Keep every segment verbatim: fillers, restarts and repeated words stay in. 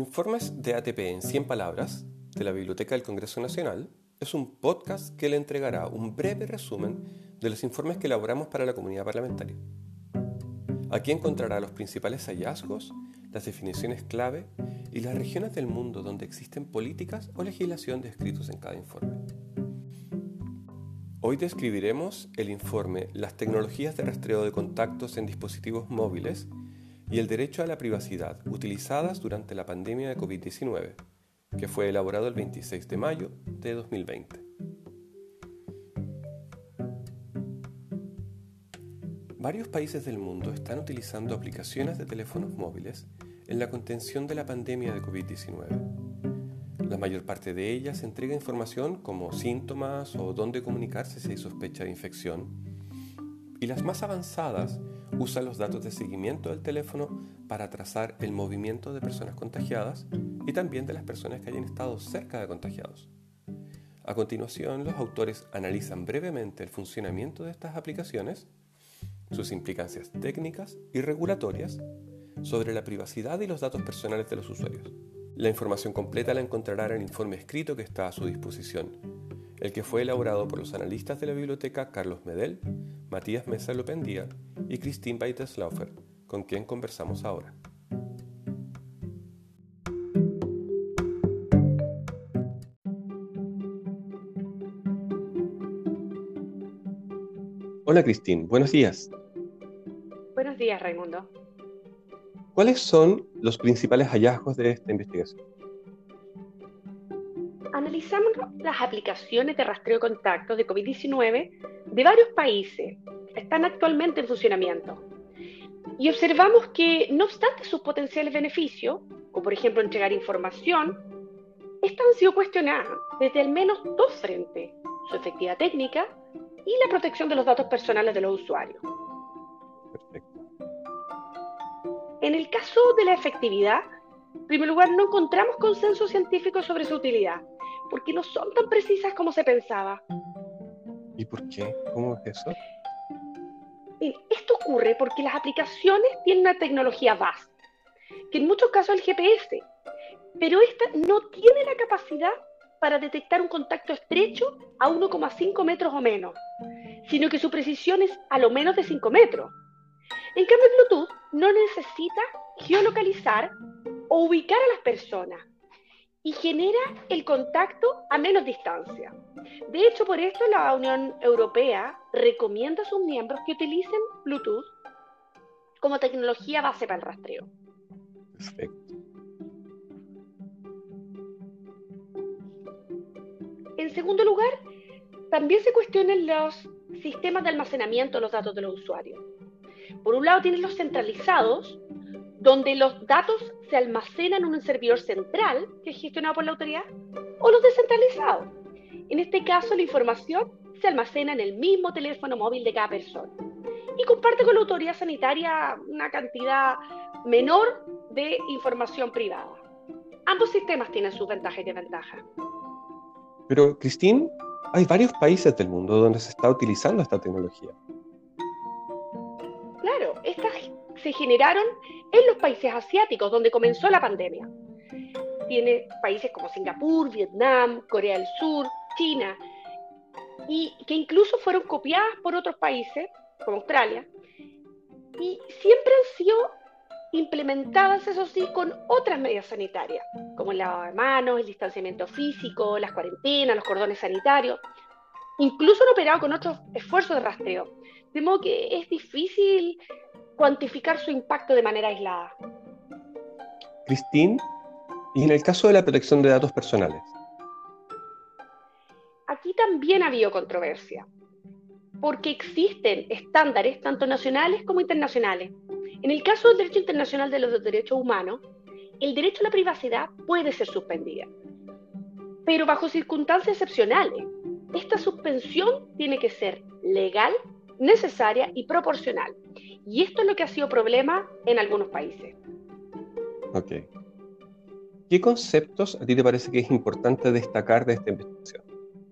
Informes de A T P en cien palabras de la Biblioteca del Congreso Nacional es un podcast que le entregará un breve resumen de los informes que elaboramos para la comunidad parlamentaria. Aquí encontrará los principales hallazgos, las definiciones clave y las regiones del mundo donde existen políticas o legislación descritos en cada informe. Hoy describiremos el informe Las tecnologías de rastreo de contactos en dispositivos móviles y el derecho a la privacidad utilizadas durante la pandemia de covid diecinueve, que fue elaborado el veintiséis de mayo de dos mil veinte. Varios países del mundo están utilizando aplicaciones de teléfonos móviles en la contención de la pandemia de covid diecinueve. La mayor parte de ellas entrega información como síntomas o dónde comunicarse si hay sospecha de infección, y las más avanzadas usan los datos de seguimiento del teléfono para trazar el movimiento de personas contagiadas y también de las personas que hayan estado cerca de contagiados. A continuación, los autores analizan brevemente el funcionamiento de estas aplicaciones, sus implicancias técnicas y regulatorias sobre la privacidad y los datos personales de los usuarios. La información completa la encontrará en el informe escrito que está a su disposición, el que fue elaborado por los analistas de la biblioteca Carlos Medel, Matías Mesa Lopendía y Christine Weideslaufer, con quien conversamos ahora. Hola Christine, buenos días. Buenos días, Raimundo. ¿Cuáles son los principales hallazgos de esta investigación? Analizamos las aplicaciones de rastreo de contactos de covid diecinueve de varios países que están actualmente en funcionamiento y observamos que, no obstante sus potenciales beneficios, como por ejemplo entregar información, estas han sido cuestionadas desde al menos dos frentes: su efectividad técnica y la protección de los datos personales de los usuarios. Perfecto. En el caso de la efectividad, en primer lugar, no encontramos consenso científico sobre su utilidad, porque no son tan precisas como se pensaba. ¿Y por qué? ¿Cómo es eso? Esto ocurre porque las aplicaciones tienen una tecnología base, que en muchos casos es el G P S, pero esta no tiene la capacidad para detectar un contacto estrecho a uno coma cinco metros o menos, sino que su precisión es a lo menos de cinco metros. En cambio, Bluetooth no necesita geolocalizar o ubicar a las personas y genera el contacto a menos distancia. De hecho, por esto la Unión Europea recomienda a sus miembros que utilicen Bluetooth como tecnología base para el rastreo. Perfecto. En segundo lugar, también se cuestionan los sistemas de almacenamiento de los datos de los usuarios. Por un lado tienes los centralizados, donde los datos se almacenan en un servidor central que es gestionado por la autoridad, o los descentralizados. En este caso, la información se almacena en el mismo teléfono móvil de cada persona y comparte con la autoridad sanitaria una cantidad menor de información privada. Ambos sistemas tienen sus ventajas y desventajas. Pero, Christine, hay varios países del mundo donde se está utilizando esta tecnología. Claro, estas se generaron en los países asiáticos donde comenzó la pandemia. Tiene países como Singapur, Vietnam, Corea del Sur, China, y que incluso fueron copiadas por otros países, como Australia, y siempre han sido implementadas, eso sí, con otras medidas sanitarias, como el lavado de manos, el distanciamiento físico, las cuarentenas, los cordones sanitarios. Incluso han operado con otros esfuerzos de rastreo, de modo que es difícil cuantificar su impacto de manera aislada. Christine, y en el caso de la protección de datos personales. Aquí también ha habido controversia, porque existen estándares tanto nacionales como internacionales. En el caso del derecho internacional de los derechos humanos, el derecho a la privacidad puede ser suspendida, pero bajo circunstancias excepcionales. Esta suspensión tiene que ser legal, necesaria y proporcional. Y esto es lo que ha sido problema en algunos países. Ok. ¿Qué conceptos a ti te parece que es importante destacar de esta investigación?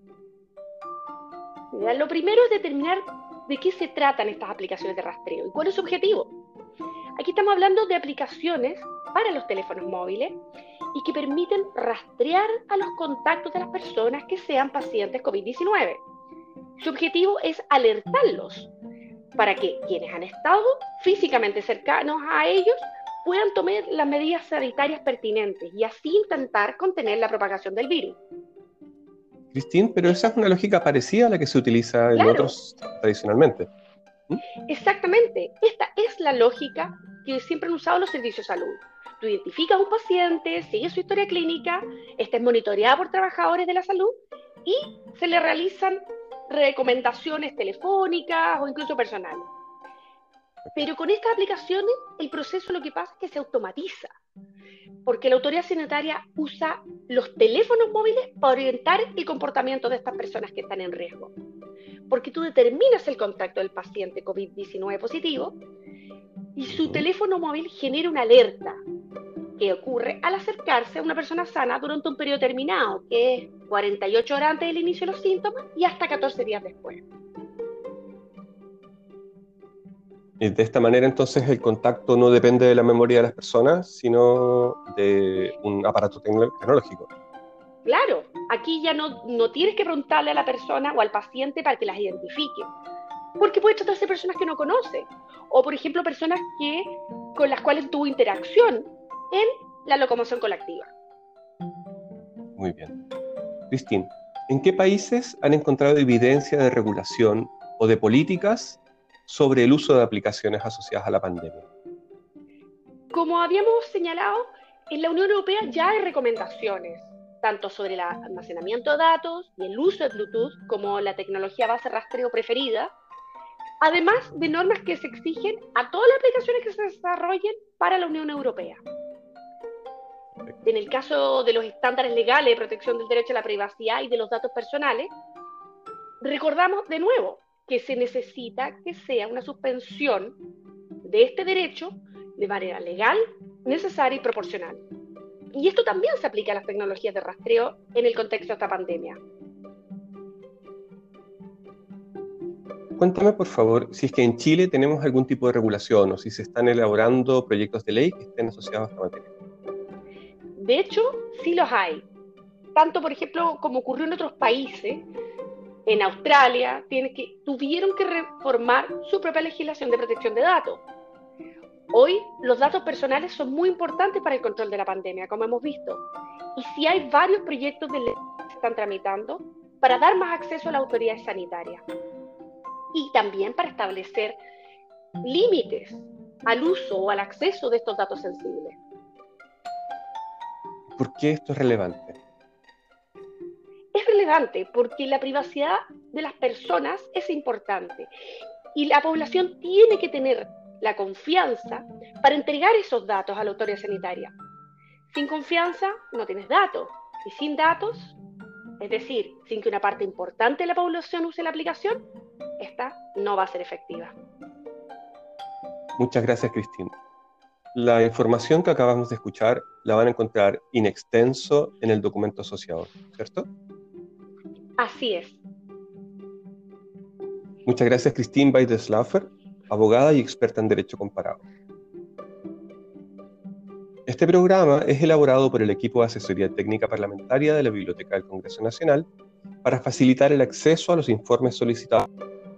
Mira, lo primero es determinar de qué se tratan estas aplicaciones de rastreo y cuál es su objetivo. Aquí estamos hablando de aplicaciones para los teléfonos móviles y que permiten rastrear a los contactos de las personas que sean pacientes COVID diecinueve. Su objetivo es alertarlos para que quienes han estado físicamente cercanos a ellos puedan tomar las medidas sanitarias pertinentes y así intentar contener la propagación del virus. Cristín, pero esa es una lógica parecida a la que se utiliza en Claro. otros tradicionalmente. ¿Mm? Exactamente, esta es la lógica que siempre han usado los servicios de salud. Tú identificas a un paciente, sigues su historia clínica, esta es monitoreada por trabajadores de la salud y se le realizan recomendaciones telefónicas o incluso personales. Pero con estas aplicaciones el proceso lo que pasa es que se automatiza, porque la autoridad sanitaria usa los teléfonos móviles para orientar el comportamiento de estas personas que están en riesgo. Porque tú determinas el contacto del paciente COVID diecinueve positivo y su teléfono móvil genera una alerta que ocurre al acercarse a una persona sana durante un periodo determinado, que es cuarenta y ocho horas antes del inicio de los síntomas y hasta catorce días después. Y de esta manera, entonces, el contacto no depende de la memoria de las personas, sino de un aparato tecnológico. Claro, aquí ya no, no tienes que preguntarle a la persona o al paciente para que las identifique, porque puede tratarse de personas que no conoce, o por ejemplo personas que, con las cuales tuvo interacción en la locomoción colectiva. Muy bien. Cristín, ¿en qué países han encontrado evidencia de regulación o de políticas sobre el uso de aplicaciones asociadas a la pandemia? Como habíamos señalado, en la Unión Europea ya hay recomendaciones, tanto sobre el almacenamiento de datos y el uso de Bluetooth como la tecnología base rastreo preferida, además de normas que se exigen a todas las aplicaciones que se desarrollen para la Unión Europea. En el caso de los estándares legales de protección del derecho a la privacidad y de los datos personales, recordamos de nuevo que se necesita que sea una suspensión de este derecho de manera legal, necesaria y proporcional. Y esto también se aplica a las tecnologías de rastreo en el contexto de esta pandemia. Cuéntame, por favor, si es que en Chile tenemos algún tipo de regulación o si se están elaborando proyectos de ley que estén asociados a esta materia. De hecho, sí los hay. Tanto, por ejemplo, como ocurrió en otros países, en Australia, tiene que, tuvieron que reformar su propia legislación de protección de datos. Hoy, los datos personales son muy importantes para el control de la pandemia, como hemos visto. Y sí hay varios proyectos de ley que se están tramitando para dar más acceso a las autoridades sanitarias. Y también para establecer límites al uso o al acceso de estos datos sensibles. ¿Por qué esto es relevante? Es relevante porque la privacidad de las personas es importante y la población tiene que tener la confianza para entregar esos datos a la autoridad sanitaria. Sin confianza no tienes datos y sin datos, es decir, sin que una parte importante de la población use la aplicación, esta no va a ser efectiva. Muchas gracias, Cristín. La información que acabamos de escuchar la van a encontrar in extenso en el documento asociado, ¿cierto? Así es. Muchas gracias, Cristín Weideslaufer, abogada y experta en Derecho Comparado. Este programa es elaborado por el equipo de asesoría técnica parlamentaria de la Biblioteca del Congreso Nacional para facilitar el acceso a los informes solicitados.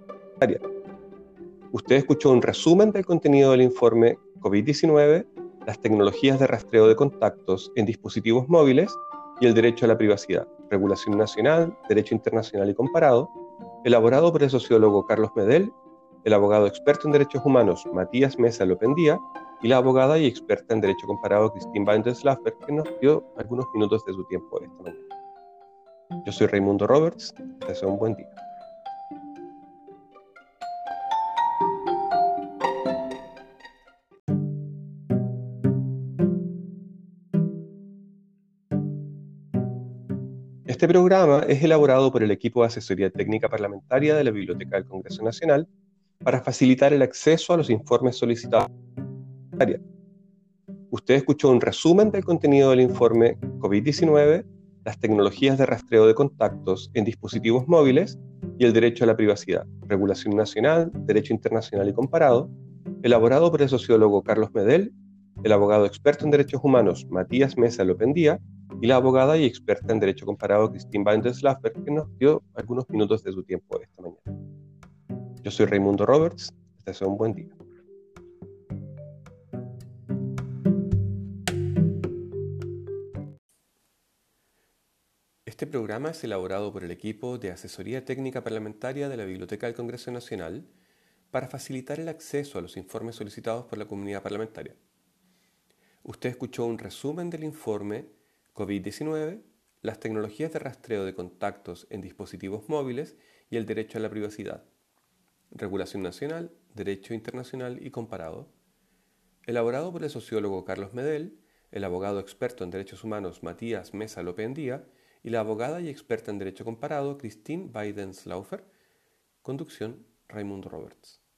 Usted escuchó un resumen del contenido del informe COVID diecinueve, las tecnologías de rastreo de contactos en dispositivos móviles y el derecho a la privacidad, regulación nacional, derecho internacional y comparado, elaborado por el sociólogo Carlos Medel, el abogado experto en derechos humanos Matías Mesa Lopendía y la abogada y experta en derecho comparado Cristín Weideslaufer, que nos dio algunos minutos de su tiempo esta mañana. Yo soy Raimundo Roberts, les deseo un buen día. Este programa es elaborado por el equipo de asesoría técnica parlamentaria de la Biblioteca del Congreso Nacional para facilitar el acceso a los informes solicitados. Usted escuchó un resumen del contenido del informe COVID diecinueve, las tecnologías de rastreo de contactos en dispositivos móviles y el derecho a la privacidad, regulación nacional, derecho internacional y comparado, elaborado por el sociólogo Carlos Medel, el abogado experto en derechos humanos Matías Mesa Lopendía y la abogada y experta en derecho comparado Christine Weidenslaffer, que nos dio algunos minutos de su tiempo esta mañana. Yo soy Raimundo Roberts, les deseo un buen día. Este programa es elaborado por el equipo de Asesoría Técnica Parlamentaria de la Biblioteca del Congreso Nacional para facilitar el acceso a los informes solicitados por la comunidad parlamentaria. Usted escuchó un resumen del informe COVID diecinueve, las tecnologías de rastreo de contactos en dispositivos móviles y el derecho a la privacidad, regulación nacional, derecho internacional y comparado, elaborado por el sociólogo Carlos Medel, el abogado experto en derechos humanos Matías Mesa Lopendía y la abogada y experta en derecho comparado Christine Weidenslaufer. Conducción Raimundo Roberts.